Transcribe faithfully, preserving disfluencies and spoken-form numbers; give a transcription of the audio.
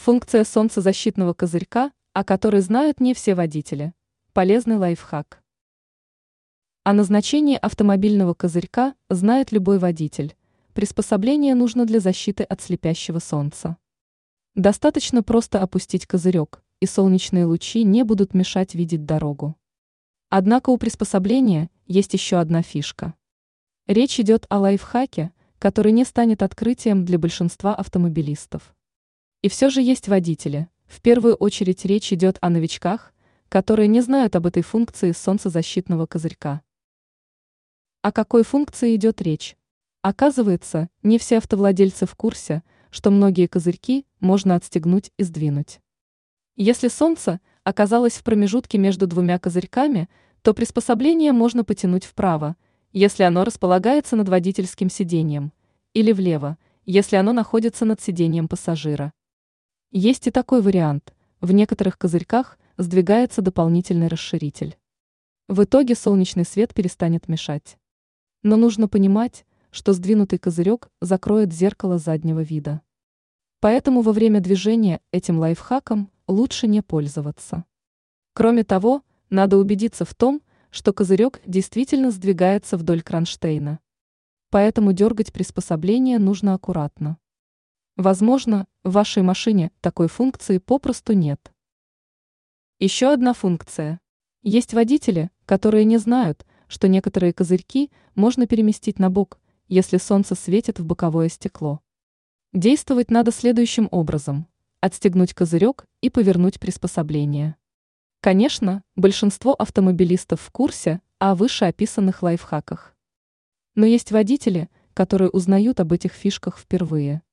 Функция солнцезащитного козырька, о которой знают не все водители. Полезный лайфхак. О назначении автомобильного козырька знает любой водитель. Приспособление нужно для защиты от слепящего солнца. Достаточно просто опустить козырек, и солнечные лучи не будут мешать видеть дорогу. Однако у приспособления есть еще одна фишка. Речь идет о лайфхаке, который не станет открытием для большинства автомобилистов. И все же есть водители, в первую очередь речь идет о новичках, которые не знают об этой функции солнцезащитного козырька. О какой функции идет речь? Оказывается, не все автовладельцы в курсе, что многие козырьки можно отстегнуть и сдвинуть. Если солнце оказалось в промежутке между двумя козырьками, то приспособление можно потянуть вправо, если оно располагается над водительским сиденьем, или влево, если оно находится над сиденьем пассажира. Есть и такой вариант. В некоторых козырьках сдвигается дополнительный расширитель. В итоге солнечный свет перестанет мешать. Но нужно понимать, что сдвинутый козырек закроет зеркало заднего вида. Поэтому во время движения этим лайфхаком лучше не пользоваться. Кроме того, надо убедиться в том, что козырек действительно сдвигается вдоль кронштейна. Поэтому дергать приспособление нужно аккуратно. Возможно, в вашей машине такой функции попросту нет. Еще одна функция. Есть водители, которые не знают, что некоторые козырьки можно переместить на бок, если солнце светит в боковое стекло. Действовать надо следующим образом. Отстегнуть козырек и повернуть приспособление. Конечно, большинство автомобилистов в курсе о вышеописанных лайфхаках. Но есть водители, которые узнают об этих фишках впервые.